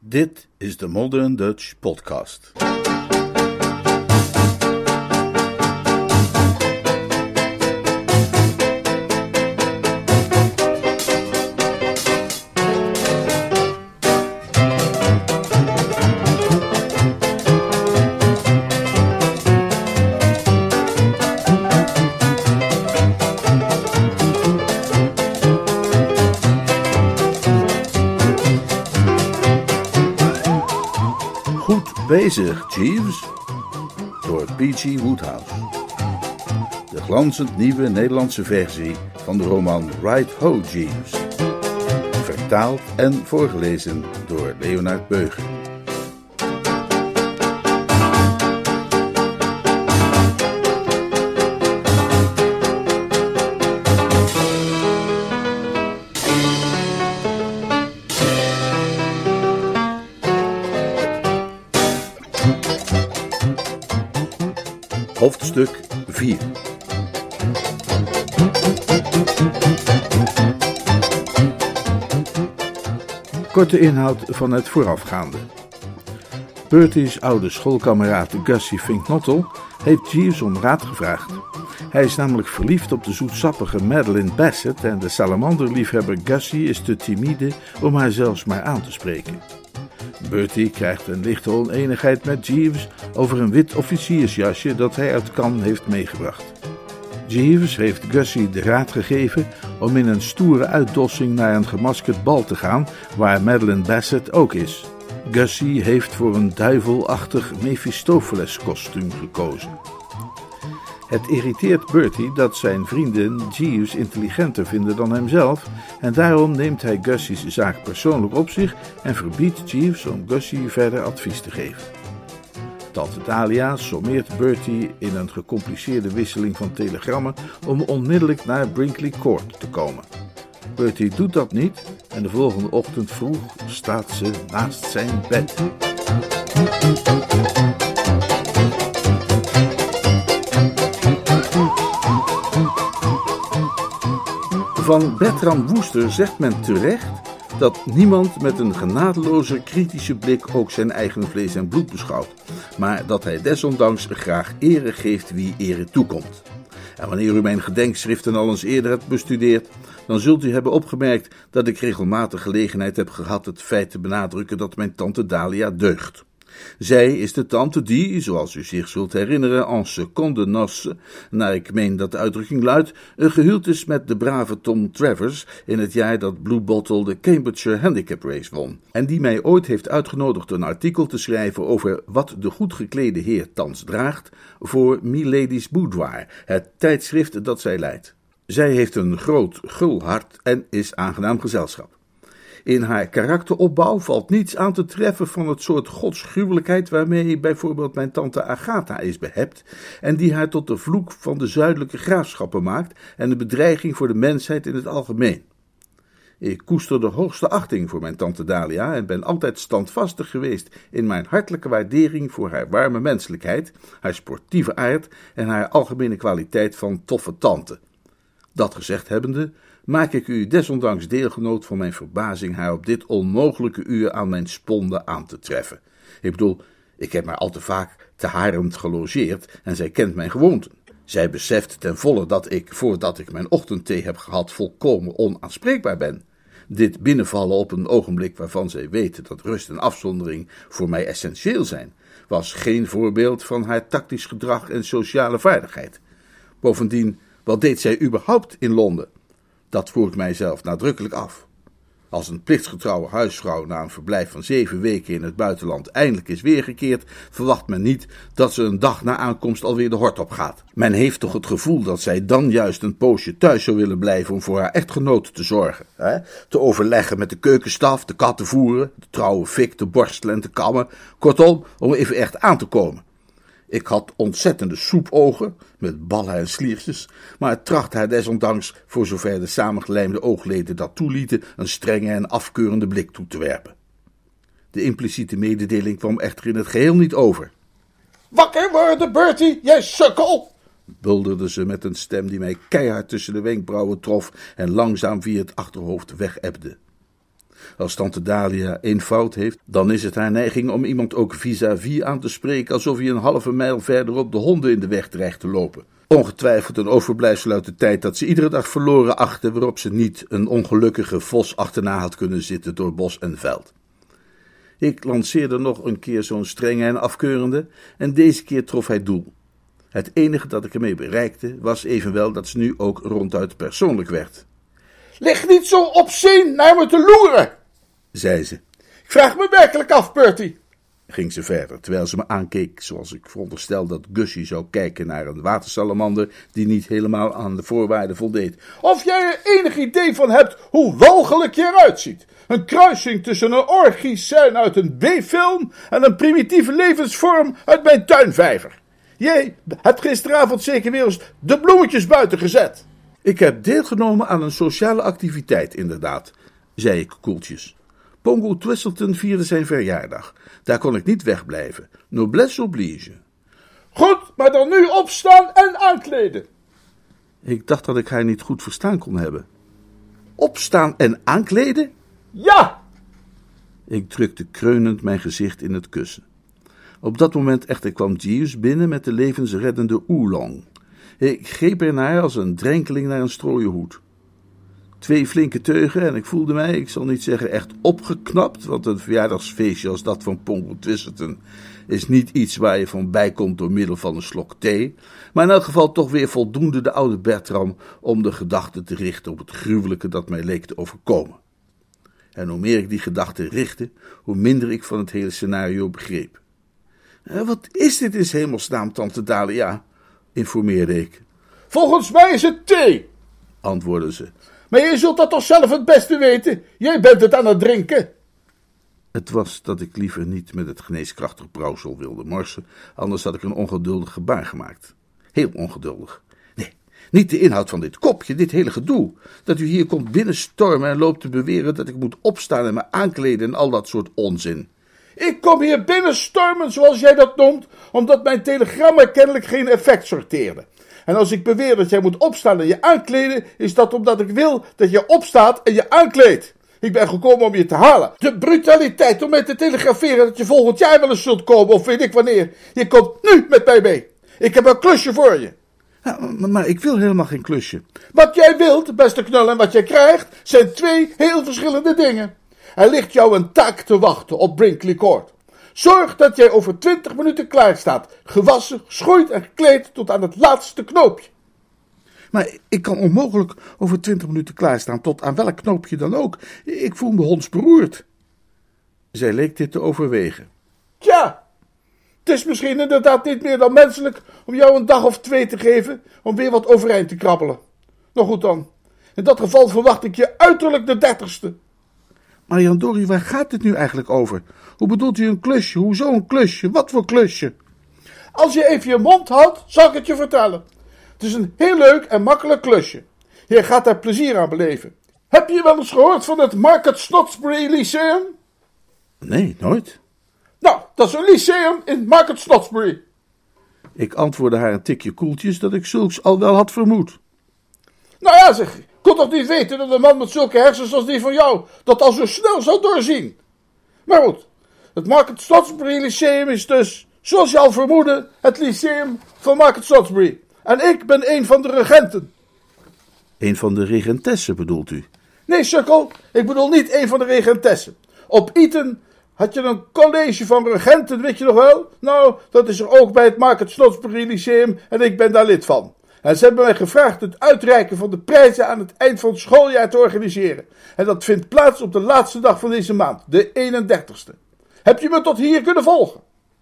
Dit is de Modern Dutch Podcast. Goed bezig, Jeeves, door P.G. Wodehouse. De glanzend nieuwe Nederlandse versie van de roman Right Ho, Jeeves. Vertaald en voorgelezen door Leonard Beuger. Hoofdstuk 4. Korte inhoud van het voorafgaande. Bertie's oude schoolkameraad Gussie Fink-Nottel heeft Jeeves om raad gevraagd. Hij is namelijk verliefd op de zoetsappige Madeline Bassett en de salamanderliefhebber Gussie is te timide om haar zelfs maar aan te spreken. Bertie krijgt een lichte oneenigheid met Jeeves over een wit officiersjasje dat hij uit Cannes heeft meegebracht. Jeeves heeft Gussie de raad gegeven om in een stoere uitdossing naar een gemaskerd bal te gaan waar Madeline Bassett ook is. Gussie heeft voor een duivelachtig Mephistopheles-kostuum gekozen. Het irriteert Bertie dat zijn vrienden Jeeves intelligenter vinden dan hemzelf en daarom neemt hij Gussie's zaak persoonlijk op zich en verbiedt Jeeves om Gussie verder advies te geven. Tante Dalia sommeert Bertie in een gecompliceerde wisseling van telegrammen om onmiddellijk naar Brinkley Court te komen. Bertie doet dat niet en de volgende ochtend vroeg staat ze naast zijn bed. Van Bertram Woester zegt men terecht dat niemand met een genadeloze kritische blik ook zijn eigen vlees en bloed beschouwt, maar dat hij desondanks graag ere geeft wie ere toekomt. En wanneer u mijn gedenkschriften al eens eerder hebt bestudeerd, dan zult u hebben opgemerkt dat ik regelmatig gelegenheid heb gehad het feit te benadrukken dat mijn tante Dalia deugt. Zij is de tante die, zoals u zich zult herinneren, en seconde noces, naar ik meen dat de uitdrukking luidt, gehuwd is met de brave Tom Travers in het jaar dat Blue Bottle de Cambridgeshire Handicap Race won. En die mij ooit heeft uitgenodigd een artikel te schrijven over wat de goed geklede heer thans draagt voor Milady's Boudoir, het tijdschrift dat zij leidt. Zij heeft een groot, gul hart en is aangenaam gezelschap. In haar karakteropbouw valt niets aan te treffen van het soort godsgruwelijkheid waarmee bijvoorbeeld mijn tante Agatha is behept en die haar tot de vloek van de zuidelijke graafschappen maakt en een bedreiging voor de mensheid in het algemeen. Ik koester de hoogste achting voor mijn tante Dalia en ben altijd standvastig geweest in mijn hartelijke waardering voor haar warme menselijkheid, haar sportieve aard en haar algemene kwaliteit van toffe tante. Dat gezegd hebbende, maak ik u desondanks deelgenoot van mijn verbazing haar op dit onmogelijke uur aan mijn sponde aan te treffen. Ik bedoel, ik heb maar al te vaak te Harent gelogeerd en zij kent mijn gewoonten. Zij beseft ten volle dat ik, voordat ik mijn ochtendthee heb gehad, volkomen onaanspreekbaar ben. Dit binnenvallen op een ogenblik waarvan zij weet dat rust en afzondering voor mij essentieel zijn, was geen voorbeeld van haar tactisch gedrag en sociale vaardigheid. Bovendien, wat deed zij überhaupt in Londen? Dat vroeg ik mijzelf nadrukkelijk af. Als een plichtsgetrouwe huisvrouw na een verblijf van 7 weken in het buitenland eindelijk is weergekeerd, verwacht men niet dat ze een dag na aankomst alweer de hort op gaat. Men heeft toch het gevoel dat zij dan juist een poosje thuis zou willen blijven om voor haar echtgenoot te zorgen. Te overleggen met de keukenstaf, de kat te voeren, de trouwe fik te borstelen en te kammen. Kortom, om even echt aan te komen. Ik had ontzettende soepogen, met ballen en sliertjes, maar het trachtte haar desondanks, voor zover de samengelijmde oogleden dat toelieten, een strenge en afkeurende blik toe te werpen. De impliciete mededeling kwam echter in het geheel niet over. Wakker worden, Bertie, jij sukkel! bulderde ze met een stem die mij keihard tussen de wenkbrauwen trof en langzaam via het achterhoofd wegebde. Als tante Dalia één fout heeft, dan is het haar neiging om iemand ook vis-à-vis aan te spreken, alsof hij een halve mijl verderop de honden in de weg dreigt te lopen. Ongetwijfeld een overblijfsel uit de tijd dat ze iedere dag verloren achtte, waarop ze niet een ongelukkige vos achterna had kunnen zitten door bos en veld. Ik lanceerde nog een keer zo'n strenge en afkeurende, en deze keer trof hij doel. Het enige dat ik ermee bereikte, was evenwel dat ze nu ook ronduit persoonlijk werd. Lig niet zo op zee naar me te loeren, Zei ze. Ik vraag me werkelijk af, Bertie. Ging ze verder, terwijl ze me aankeek zoals ik veronderstel dat Gussie zou kijken naar een watersalamander die niet helemaal aan de voorwaarden voldeed. Of jij er enig idee van hebt hoe walgelijk je eruit ziet. Een kruising tussen een orgie-scène uit een B-film en een primitieve levensvorm uit mijn tuinvijver. Jij hebt gisteravond zeker weer eens de bloemetjes buiten gezet. Ik heb deelgenomen aan een sociale activiteit, inderdaad, zei ik koeltjes. Pongo Twistleton vierde zijn verjaardag. Daar kon ik niet wegblijven. Noblesse oblige. Goed, maar dan nu opstaan en aankleden. Ik dacht dat ik haar niet goed verstaan kon hebben. Opstaan en aankleden? Ja! Ik drukte kreunend mijn gezicht in het kussen. Op dat moment echter kwam Jeeves binnen met de levensreddende oolong. Ik greep ernaar als een drenkeling naar een strooien hoed. 2 flinke teugen en ik voelde mij, ik zal niet zeggen echt opgeknapt, want een verjaardagsfeestje als dat van Pongo Twistleton is niet iets waar je van bij komt door middel van een slok thee, maar in elk geval toch weer voldoende de oude Bertram om de gedachte te richten op het gruwelijke dat mij leek te overkomen. En hoe meer ik die gedachte richtte, hoe minder ik van het hele scenario begreep. Wat is dit in 's hemelsnaam, tante Dalia? Informeerde ik. Volgens mij is het thee, Antwoordde ze. maar je zult dat toch zelf het beste weten. Jij bent het aan het drinken. Het was dat ik liever niet met het geneeskrachtig brouwsel wilde morsen, anders had ik een ongeduldig gebaar gemaakt. Heel ongeduldig. Nee, niet de inhoud van dit kopje, dit hele gedoe. Dat u hier komt binnenstormen en loopt te beweren dat ik moet opstaan en me aankleden en al dat soort onzin. Ik kom hier binnenstormen, zoals jij dat noemt, omdat mijn telegrammen kennelijk geen effect sorteerde. En als ik beweer dat jij moet opstaan en je aankleden, is dat omdat ik wil dat je opstaat en je aankleedt. Ik ben gekomen om je te halen. De brutaliteit om mij te telegraferen dat je volgend jaar wel eens zult komen, of weet ik wanneer. Je komt nu met mij mee. Ik heb een klusje voor je. Ja, maar ik wil helemaal geen klusje. Wat jij wilt, beste knul, en wat jij krijgt, zijn 2 heel verschillende dingen. Er ligt jou een taak te wachten op Brinkley Court. Zorg dat jij over 20 minuten klaar staat, gewassen, geschoeid en gekleed tot aan het laatste knoopje. Maar ik kan onmogelijk over 20 minuten klaarstaan, tot aan welk knoopje dan ook. Ik voel me hondsberoerd. Zij leek dit te overwegen. Tja, het is misschien inderdaad niet meer dan menselijk om jou een dag of 2 te geven om weer wat overeind te krabbelen. Nou goed dan, in dat geval verwacht ik je uiterlijk de 30ste. Maar Jan Dorie, waar gaat dit nu eigenlijk over? Hoe bedoelt u een klusje? Hoezo een klusje? Wat voor klusje? Als je even je mond houdt, zal ik het je vertellen. Het is een heel leuk en makkelijk klusje. Je gaat daar plezier aan beleven. Heb je wel eens gehoord van het Market Snodsbury Lyceum? Nee, nooit. Nou, dat is een lyceum in Market Snodsbury. Ik antwoordde haar een tikje koeltjes dat ik zulks al wel had vermoed. Nou ja, zeg, ik kon toch niet weten dat een man met zulke hersens als die van jou dat al zo snel zou doorzien. Maar goed, het Market Snodsbury Lyceum is dus, zoals je al vermoedde, het lyceum van Market Snodsbury. En ik ben een van de regenten. Een van de regentessen bedoelt u? Nee, sukkel, ik bedoel niet een van de regentessen. Op Eton had je een college van regenten, weet je nog wel? Nou, dat is er ook bij het Market Snodsbury Lyceum en ik ben daar lid van. En ze hebben mij gevraagd het uitreiken van de prijzen aan het eind van het schooljaar te organiseren. En dat vindt plaats op de laatste dag van deze maand, de 31ste. Heb je me tot hier kunnen volgen?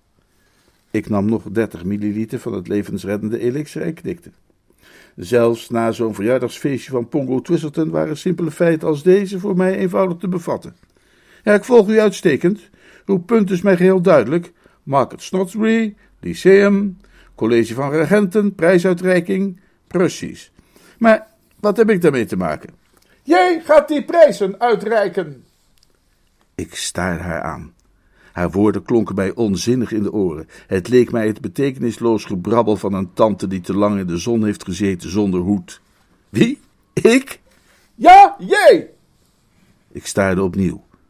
Ik nam nog 30 milliliter van het levensreddende elixir en knikte. Zelfs na zo'n verjaardagsfeestje van Pongo Twistleton waren simpele feiten als deze voor mij eenvoudig te bevatten. Ja, ik volg u uitstekend. Uw punt is mij geheel duidelijk. Market Snodsbury, Lyceum, college van regenten, prijsuitreiking, precies. Maar wat heb ik daarmee te maken? Jij gaat die prijzen uitreiken. Ik staarde haar aan. Haar woorden klonken mij onzinnig in de oren. Het leek mij het betekenisloos gebrabbel van een tante die te lang in de zon heeft gezeten zonder hoed. Wie? Ik? Ja, jij! Ik staarde opnieuw.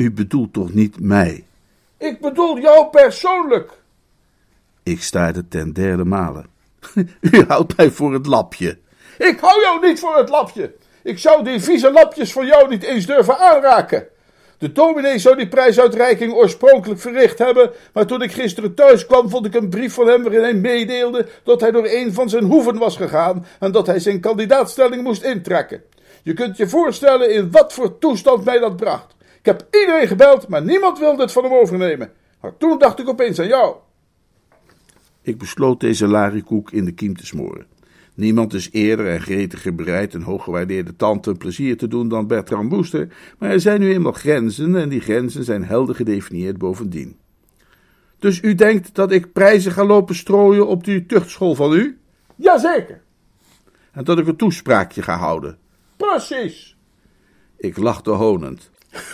U bedoelt toch niet mij? Ik bedoel jou persoonlijk. Ik staarde ten derde male. U houdt mij voor het lapje. Ik hou jou niet voor het lapje. Ik zou die vieze lapjes voor jou niet eens durven aanraken. De dominee zou die prijsuitreiking oorspronkelijk verricht hebben, maar toen ik gisteren thuis kwam, vond ik een brief van hem waarin hij meedeelde dat hij door een van zijn hoeven was gegaan en dat hij zijn kandidaatstelling moest intrekken. Je kunt je voorstellen in wat voor toestand mij dat bracht. Ik heb iedereen gebeld, maar niemand wilde het van hem overnemen. Maar toen dacht ik opeens aan jou. Ik besloot deze lariekoek in de kiem te smoren. Niemand is eerder en gretiger bereid een hooggewaardeerde tante een plezier te doen dan Bertram Wooster, maar er zijn nu eenmaal grenzen en die grenzen zijn helder gedefinieerd bovendien. Dus u denkt dat ik prijzen ga lopen strooien op die tuchtschool van u? Jazeker. En dat ik een toespraakje ga houden? Precies. Ik lachte honend.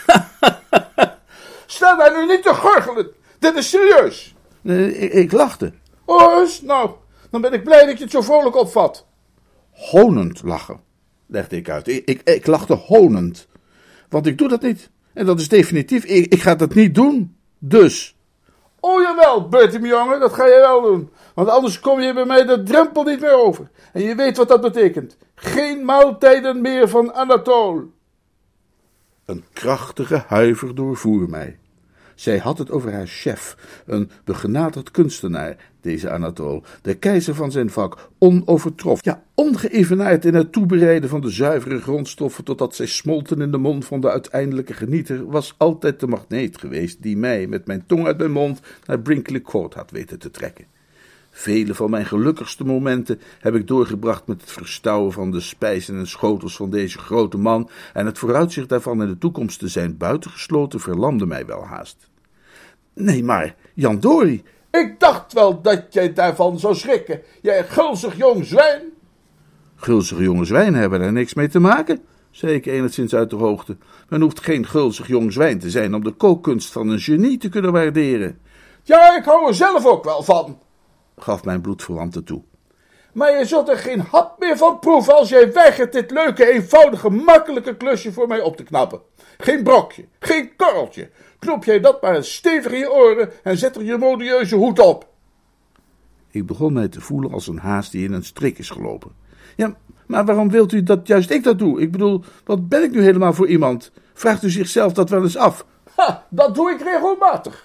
Stel mij nu niet te gorgelen. Dit is serieus. Ik lachte. Oh, eens? Nou, dan ben ik blij dat je het zo vrolijk opvat. Honend lachen, legde ik uit. Ik lachte honend. Want ik doe dat niet. En dat is definitief. Ik ga dat niet doen. Dus. Oh jawel, Bertie, mijn jongen, dat ga je wel doen. Want anders kom je bij mij de drempel niet meer over. En je weet wat dat betekent. Geen maaltijden meer van Anatole. Een krachtige huiver doorvoer mij. Zij had het over haar chef, een begenadigd kunstenaar, deze Anatole, de keizer van zijn vak, onovertroffen, ja, ongeëvenaard in het toebereiden van de zuivere grondstoffen totdat zij smolten in de mond van de uiteindelijke genieter, was altijd de magneet geweest die mij met mijn tong uit mijn mond naar Brinkley Court had weten te trekken. Vele van mijn gelukkigste momenten heb ik doorgebracht met het verstouwen van de spijzen en schotels van deze grote man, en het vooruitzicht daarvan in de toekomst te zijn buitengesloten verlamde mij wel haast. Nee, maar, Jan Dorie... Ik dacht wel dat jij daarvan zou schrikken, jij gulzig jong zwijn. Gulzige jonge zwijnen hebben er niks mee te maken, zei ik enigszins uit de hoogte. Men hoeft geen gulzig jong zwijn te zijn om de kookkunst van een genie te kunnen waarderen. Ja, ik hou er zelf ook wel van, gaf mijn bloedverwante toe. Maar je zult er geen hap meer van proeven als jij weigert dit leuke, eenvoudige, makkelijke klusje voor mij op te knappen. Geen brokje, geen korreltje. Knop jij dat maar eens stevig in je oren en zet er je modieuze hoed op. Ik begon mij te voelen als een haas die in een strik is gelopen. Ja, maar waarom wilt u dat juist ik dat doe? Ik bedoel, wat ben ik nu helemaal voor iemand? Vraagt u zichzelf dat wel eens af? Ha, dat doe ik regelmatig.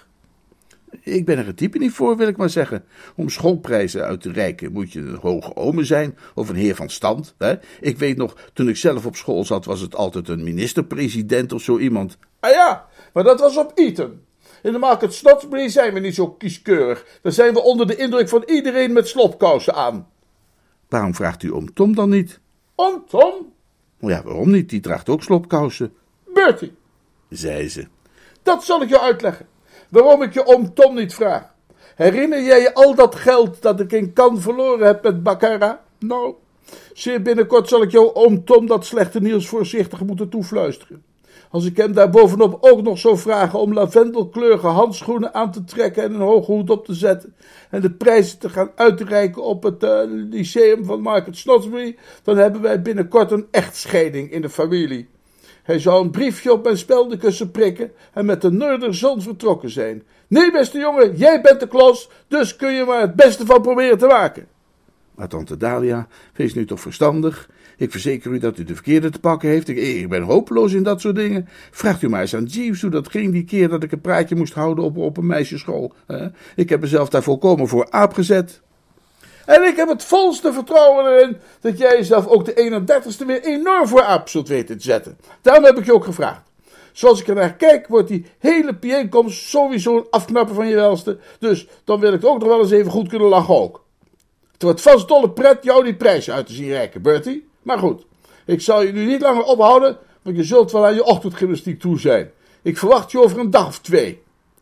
Ik ben er het type niet voor, wil ik maar zeggen. Om schoolprijzen uit te reiken moet je een hoge ome zijn of een heer van stand. Hè? Ik weet nog, toen ik zelf op school zat, was het altijd een minister-president of zo iemand. Ah ja, maar dat was op Eton. In de Market Snodsbury zijn we niet zo kieskeurig. Daar zijn we onder de indruk van iedereen met slopkousen aan. Waarom vraagt u oom Tom dan niet? Oom Tom? Ja, waarom niet? Die draagt ook slopkousen. Bertie, zei ze. Dat zal ik je uitleggen. Waarom ik je oom Tom niet vraag. Herinner jij je al dat geld dat ik in Cannes verloren heb met baccarat? Nou, zeer binnenkort zal ik jou oom Tom dat slechte nieuws voorzichtig moeten toefluisteren. Als ik hem daar bovenop ook nog zou vragen om lavendelkleurige handschoenen aan te trekken en een hoge hoed op te zetten en de prijzen te gaan uitreiken op het lyceum van Market Snodsbury, dan hebben wij binnenkort een echtscheiding in de familie. Hij zou een briefje op mijn speldenkussen prikken en met de Noorderzon vertrokken zijn. Nee, beste jongen, jij bent de klos, dus kun je maar het beste van proberen te maken. Maar tante Dalia, wees nu toch verstandig. Ik verzeker u dat u de verkeerde te pakken heeft. Ik ben hopeloos in dat soort dingen. Vraagt u maar eens aan Jeeves hoe dat ging die keer dat ik een praatje moest houden op een meisjesschool. Ik heb mezelf daar volkomen voor aap gezet. En ik heb het volste vertrouwen erin dat jij jezelf ook de 31ste weer enorm voor aap zult weten te zetten. Daarom heb ik je ook gevraagd. Zoals ik er naar kijk, wordt die hele bijeenkomst sowieso een afknapper van je welste. Dus dan wil ik ook nog wel eens even goed kunnen lachen ook. Het wordt vast dolle pret jou die prijs uit te zien reiken, Bertie. Maar goed, ik zal je nu niet langer ophouden, want je zult wel aan je ochtendgymnastiek toe zijn. Ik verwacht je over een dag of 2.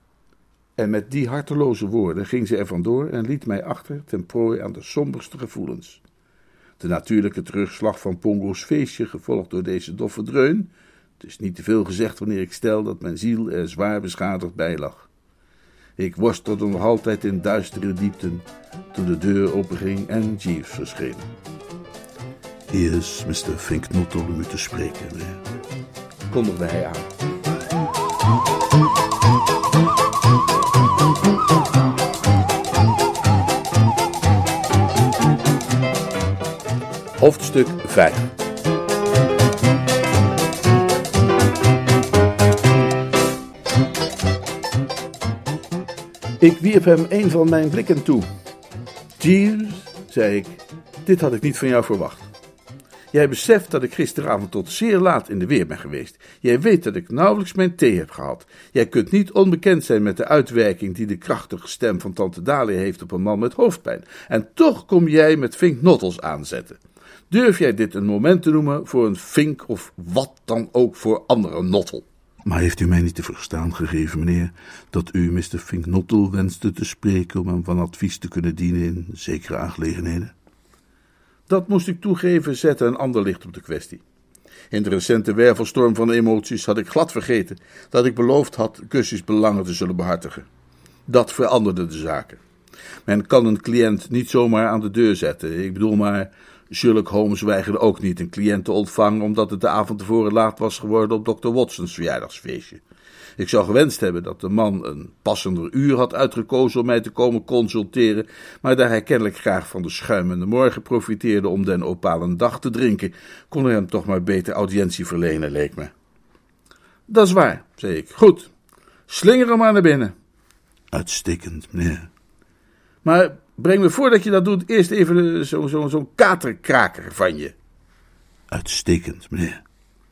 En met die harteloze woorden ging ze er vandoor en liet mij achter ten prooi aan de somberste gevoelens. De natuurlijke terugslag van Pongo's feestje, gevolgd door deze doffe dreun. Het is niet te veel gezegd wanneer ik stel dat mijn ziel er zwaar beschadigd bij lag. Ik worstelde nog altijd in duistere diepten, toen de deur openging en Jeeves verscheen. Hier is Mr. Finknottel om u te spreken, kondigde hij aan. Hoofdstuk 5. Ik wierp hem een van mijn blikken toe. Jeeves, zei ik, dit had ik niet van jou verwacht. Jij beseft dat ik gisteravond tot zeer laat in de weer ben geweest. Jij weet dat ik nauwelijks mijn thee heb gehad. Jij kunt niet onbekend zijn met de uitwerking die de krachtige stem van tante Dalia heeft op een man met hoofdpijn. En toch kom jij met vinknottels aanzetten. Durf jij dit een moment te noemen voor een vink of wat dan ook voor andere nottel? Maar heeft u mij niet te verstaan gegeven, meneer, dat u Mr. Finknottel wenste te spreken om hem van advies te kunnen dienen in zekere aangelegenheden? Dat moest ik toegeven, zette een ander licht op de kwestie. In de recente wervelstorm van emoties had ik glad vergeten dat ik beloofd had Gussie's belangen te zullen behartigen. Dat veranderde de zaken. Men kan een cliënt niet zomaar aan de deur zetten. Ik bedoel maar, Sherlock Holmes weigerde ook niet een cliënt te ontvangen omdat het de avond tevoren laat was geworden op Dr. Watsons verjaardagsfeestje. Ik zou gewenst hebben dat de man een passender uur had uitgekozen om mij te komen consulteren, maar daar hij kennelijk graag van de schuimende morgen profiteerde om den opalen dag te drinken, kon hij hem toch maar beter audiëntie verlenen, leek me. Dat is waar, zei ik. Goed, slinger hem maar naar binnen. Uitstekend, meneer. Maar breng me voordat je dat doet eerst even zo'n katerkraker van je. Uitstekend, meneer.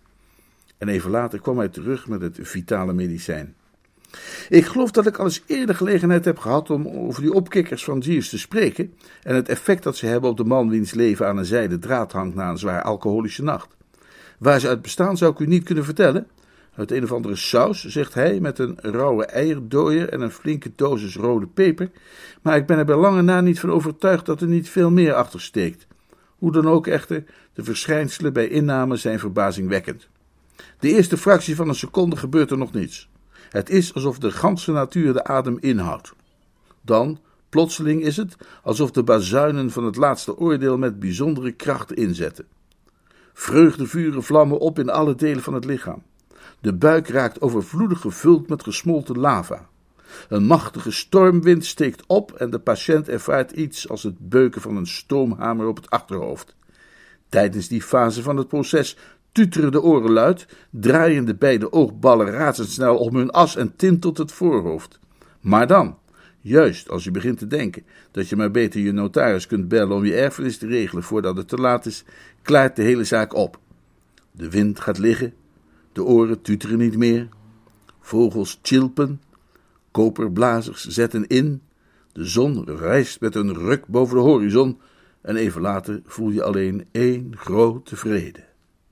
En even later kwam hij terug met het vitale medicijn. Ik geloof dat ik al eens eerder gelegenheid heb gehad om over die opkikkers van Jeeves te spreken en het effect dat ze hebben op de man wiens leven aan een zijden draad hangt na een zwaar alcoholische nacht. Waar ze uit bestaan zou ik u niet kunnen vertellen. Uit een of andere saus, zegt hij, met een rauwe eierdooier en een flinke dosis rode peper, maar ik ben er bij lange na niet van overtuigd dat er niet veel meer achter steekt. Hoe dan ook echter, de verschijnselen bij inname zijn verbazingwekkend. De eerste fractie van een seconde gebeurt er nog niets. Het is alsof de ganse natuur de adem inhoudt. Dan, plotseling is het alsof de bazuinen van het laatste oordeel met bijzondere kracht inzetten. Vreugdevuren vlammen op in alle delen van het lichaam. De buik raakt overvloedig gevuld met gesmolten lava. Een machtige stormwind steekt op en de patiënt ervaart iets als het beuken van een stoomhamer op het achterhoofd. Tijdens die fase van het proces tuteren de oren luid, draaien de beide oogballen razendsnel om hun as en tintelt het voorhoofd. Maar dan, juist als je begint te denken dat je maar beter je notaris kunt bellen om je erfenis te regelen voordat het te laat is, klaart de hele zaak op. De wind gaat liggen, de oren tuteren niet meer, vogels tjilpen, koperblazers zetten in, de zon rijst met een ruk boven de horizon en even later voel je alleen één grote vrede.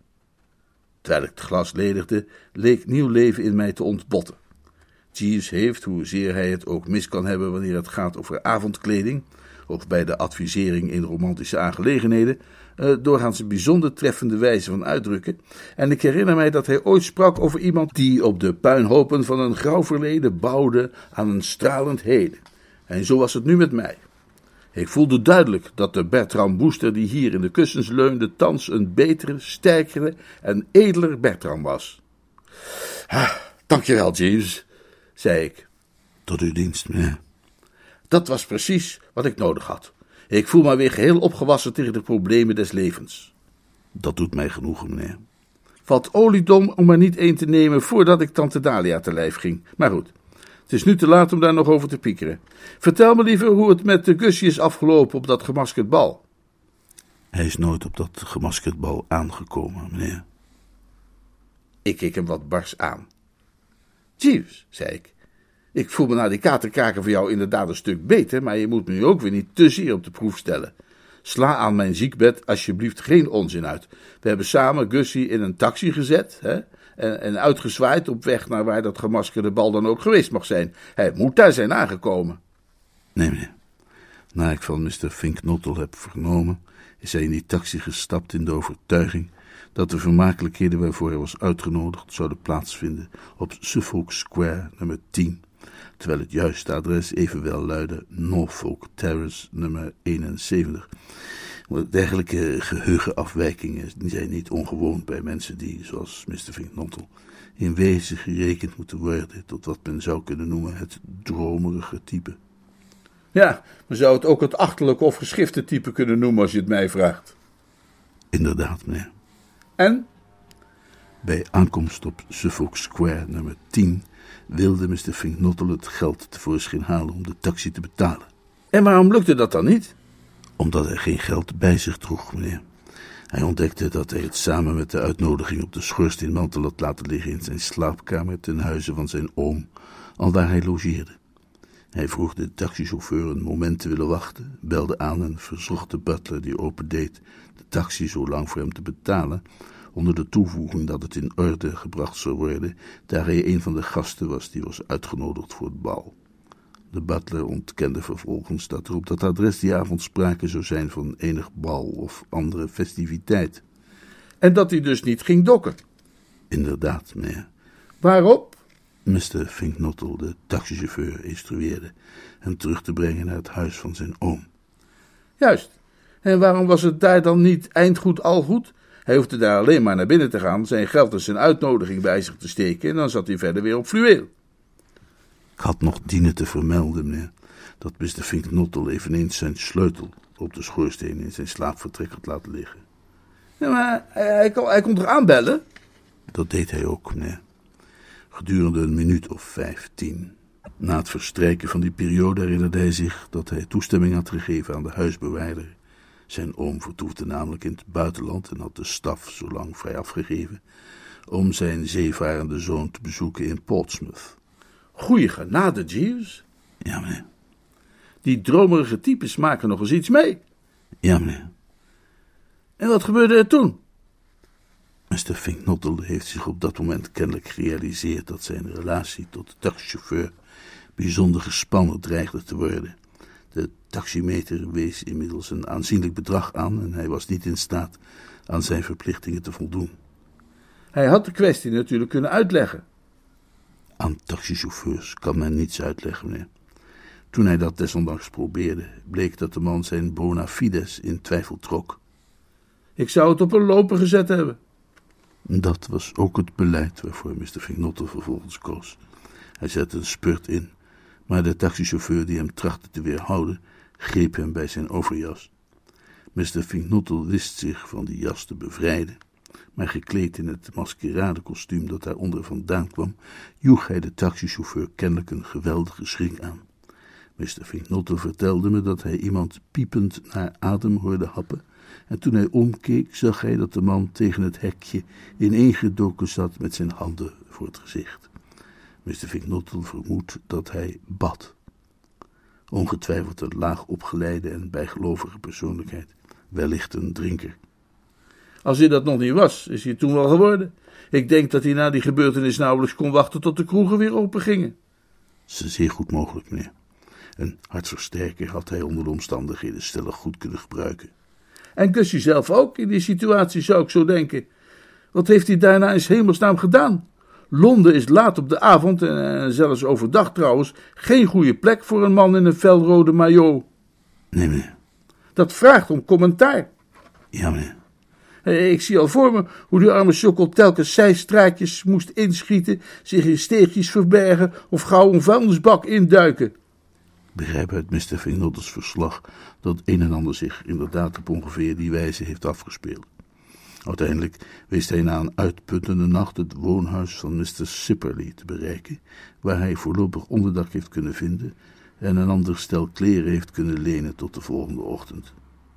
Terwijl ik het glas ledigde, leek nieuw leven in mij te ontbotten. Jeeves heeft, hoezeer hij het ook mis kan hebben wanneer het gaat over avondkleding, of bij de advisering in romantische aangelegenheden, doorgaans een bijzonder treffende wijze van uitdrukken, en ik herinner mij dat hij ooit sprak over iemand die op de puinhopen van een grauw verleden bouwde aan een stralend heden. En zo was het nu met mij. Ik voelde duidelijk dat de Bertram Wooster die hier in de kussens leunde thans een betere, sterkere en edeler Bertram was. Dankjewel, Jeeves, zei ik. Tot uw dienst, meneer. Dat was precies wat ik nodig had. Ik voel me weer geheel opgewassen tegen de problemen des levens. Dat doet mij genoegen, meneer. Valt oliedom om er niet een te nemen voordat ik tante Dalia te lijf ging. Maar goed, het is nu te laat om daar nog over te piekeren. Vertel me liever hoe het met de Gussie is afgelopen op dat gemaskerd bal. Hij is nooit op dat gemaskerd bal aangekomen, meneer. Ik keek hem wat bars aan. Jeeves, zei ik. Ik voel me na die katerkraken van jou inderdaad een stuk beter, maar je moet me nu ook weer niet te zeer op de proef stellen. Sla aan mijn ziekbed alsjeblieft geen onzin uit. We hebben samen Gussie in een taxi gezet, hè? En uitgezwaaid op weg naar waar dat gemaskerde bal dan ook geweest mag zijn. Hij moet daar zijn aangekomen. Nee, meneer. Na ik van Mr. Finknottel heb vernomen, is hij in die taxi gestapt in de overtuiging dat de vermakelijkheden waarvoor hij was uitgenodigd zouden plaatsvinden op Suffolk Square nummer 10, terwijl het juiste adres evenwel luidde Norfolk Terrace nummer 71. Dergelijke geheugenafwijkingen zijn niet ongewoon bij mensen die, zoals Mr. Finknottel, in wezen gerekend moeten worden tot wat men zou kunnen noemen het dromerige type. Ja, men zou het ook het achterlijke of geschifte type kunnen noemen als je het mij vraagt. Inderdaad, meneer. En? Bij aankomst op Suffolk Square nummer 10 wilde Mr. Finknottel het geld tevoorschijn halen om de taxi te betalen. En waarom lukte dat dan niet? Omdat hij geen geld bij zich droeg, meneer. Hij ontdekte dat hij het samen met de uitnodiging op de schoorsteenmantel had laten liggen in zijn slaapkamer ten huize van zijn oom, alwaar hij logeerde. Hij vroeg de taxichauffeur een moment te willen wachten, belde aan en verzocht de butler die opendeed de taxi zo lang voor hem te betalen, onder de toevoeging dat het in orde gebracht zou worden, daar hij een van de gasten was die was uitgenodigd voor het bal. De butler ontkende vervolgens dat er op dat adres die avond sprake zou zijn van enig bal of andere festiviteit. En dat hij dus niet ging dokken? Inderdaad, meneer. Waarop? Mr. Finknottel de taxichauffeur instrueerde hem terug te brengen naar het huis van zijn oom. Juist. En waarom was het daar dan niet eindgoed al goed? Hij hoefde daar alleen maar naar binnen te gaan, zijn geld en zijn uitnodiging bij zich te steken en dan zat hij verder weer op fluweel. Ik had nog dienen te vermelden, meneer, dat Mr. Finknottel eveneens zijn sleutel op de schoorsteen in zijn slaapvertrek had laten liggen. Ja, maar hij kon toch aanbellen? Dat deed hij ook, meneer. Gedurende een minuut of 15. Na het verstrijken van die periode herinnerde hij zich dat hij toestemming had gegeven aan de huisbewaarder. Zijn oom vertoefde namelijk in het buitenland en had de staf zolang vrij afgegeven om zijn zeevarende zoon te bezoeken in Portsmouth. Goeie genade, Jeeves. Ja, meneer. Die dromerige types maken nog eens iets mee. Ja, meneer. En wat gebeurde er toen? Mr. Finknottel heeft zich op dat moment kennelijk gerealiseerd dat zijn relatie tot de taxichauffeur bijzonder gespannen dreigde te worden. De taximeter wees inmiddels een aanzienlijk bedrag aan en hij was niet in staat aan zijn verplichtingen te voldoen. Hij had de kwestie natuurlijk kunnen uitleggen. Aan taxichauffeurs kan men niets uitleggen, meneer. Toen hij dat desondanks probeerde, bleek dat de man zijn bona fides in twijfel trok. Ik zou het op een loper gezet hebben. Dat was ook het beleid waarvoor Mr. Finknottel vervolgens koos. Hij zette een spurt in, maar de taxichauffeur die hem trachtte te weerhouden, greep hem bij zijn overjas. Mr. Finknottel wist zich van die jas te bevrijden, maar gekleed in het maskeradekostuum dat daaronder vandaan kwam, joeg hij de taxichauffeur kennelijk een geweldige schrik aan. Mr. Finknottel vertelde me dat hij iemand piepend naar adem hoorde happen, en toen hij omkeek zag hij dat de man tegen het hekje ineengedoken zat met zijn handen voor het gezicht. Mr. Finknottel vermoedt dat hij bad. Ongetwijfeld een laag opgeleide en bijgelovige persoonlijkheid, wellicht een drinker. Als hij dat nog niet was, is hij toen wel geworden. Ik denk dat hij na die gebeurtenis nauwelijks kon wachten tot de kroegen weer open gingen. Dat is zeer goed mogelijk, meneer. Een hartversterker had hij onder de omstandigheden stellig goed kunnen gebruiken. En Gussie zelf ook in die situatie, zou ik zo denken. Wat heeft hij daarna in 's hemelsnaam gedaan? Londen is laat op de avond, en zelfs overdag trouwens, geen goede plek voor een man in een felrode maillot. Nee, meneer. Dat vraagt om commentaar. Ja, meneer. Ik zie al voor me hoe die arme sokkel telkens zijstraatjes moest inschieten, zich in steegjes verbergen of gauw een vuilnisbak induiken. Ik begrijp uit Mr. Finknottels verslag dat een en ander zich inderdaad op ongeveer die wijze heeft afgespeeld. Uiteindelijk wist hij na een uitputtende nacht het woonhuis van Mr. Sipperley te bereiken, waar hij voorlopig onderdak heeft kunnen vinden en een ander stel kleren heeft kunnen lenen tot de volgende ochtend.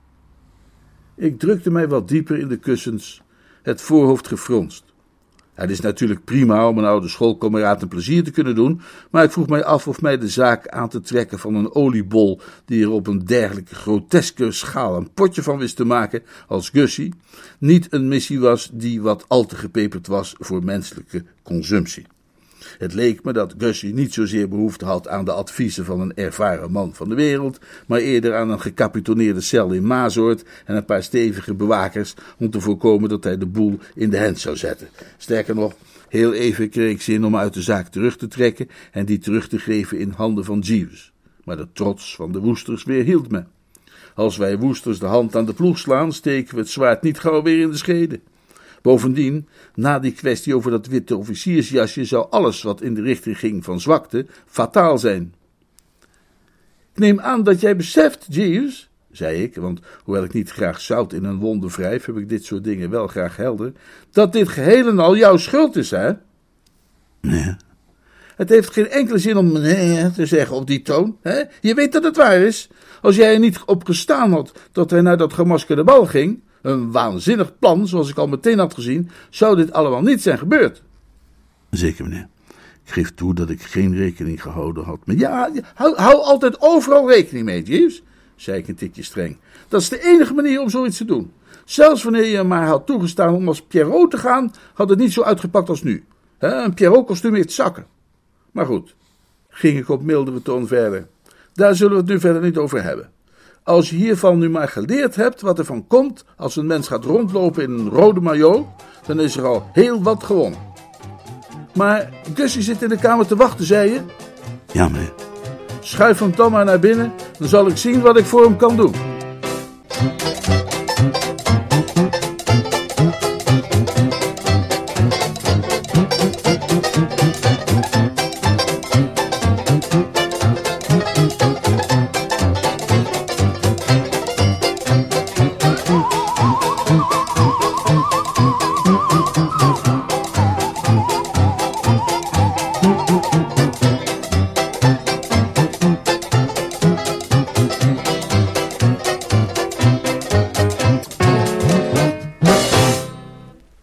Ik drukte mij wat dieper in de kussens, het voorhoofd gefronst. Het is natuurlijk prima om een oude schoolkameraad een plezier te kunnen doen, maar ik vroeg mij af of mij de zaak aan te trekken van een oliebol die er op een dergelijke groteske schaal een potje van wist te maken als Gussie, niet een missie was die wat al te gepeperd was voor menselijke consumptie. Het leek me dat Gussie niet zozeer behoefte had aan de adviezen van een ervaren man van de wereld, maar eerder aan een gecapitoneerde cel in Mazoort en een paar stevige bewakers om te voorkomen dat hij de boel in de hand zou zetten. Sterker nog, heel even kreeg ik zin om uit de zaak terug te trekken en die terug te geven in handen van Jeeves. Maar de trots van de Woesters weerhield me. Als wij Woesters de hand aan de ploeg slaan, steken we het zwaard niet gauw weer in de schede. Bovendien, na die kwestie over dat witte officiersjasje zou alles wat in de richting ging van zwakte fataal zijn. Ik neem aan dat jij beseft, Jeeves, zei ik, want hoewel ik niet graag zout in een wonde wrijf, heb ik dit soort dingen wel graag helder, dat dit geheel en al jouw schuld is, hè? Nee. Het heeft geen enkele zin om nee te zeggen op die toon, hè? Je weet dat het waar is. Als jij er niet op gestaan had dat hij naar dat gemaskerde bal ging, een waanzinnig plan, zoals ik al meteen had gezien, zou dit allemaal niet zijn gebeurd. Zeker, meneer. Ik geef toe dat ik geen rekening gehouden had. Maar ja, hou altijd overal rekening mee, Jeeves, zei ik een tikje streng. Dat is de enige manier om zoiets te doen. Zelfs wanneer je maar had toegestaan om als Pierrot te gaan, had het niet zo uitgepakt als nu. Een Pierrot-kostuum heeft zakken. Maar goed, ging ik op mildere toon verder. Daar zullen we het nu verder niet over hebben. Als je hiervan nu maar geleerd hebt wat er van komt als een mens gaat rondlopen in een rode maillot, dan is er al heel wat gewonnen. Maar Gussie zit in de kamer te wachten, zei je? Ja, meneer. Schuif hem dan maar naar binnen, dan zal ik zien wat ik voor hem kan doen.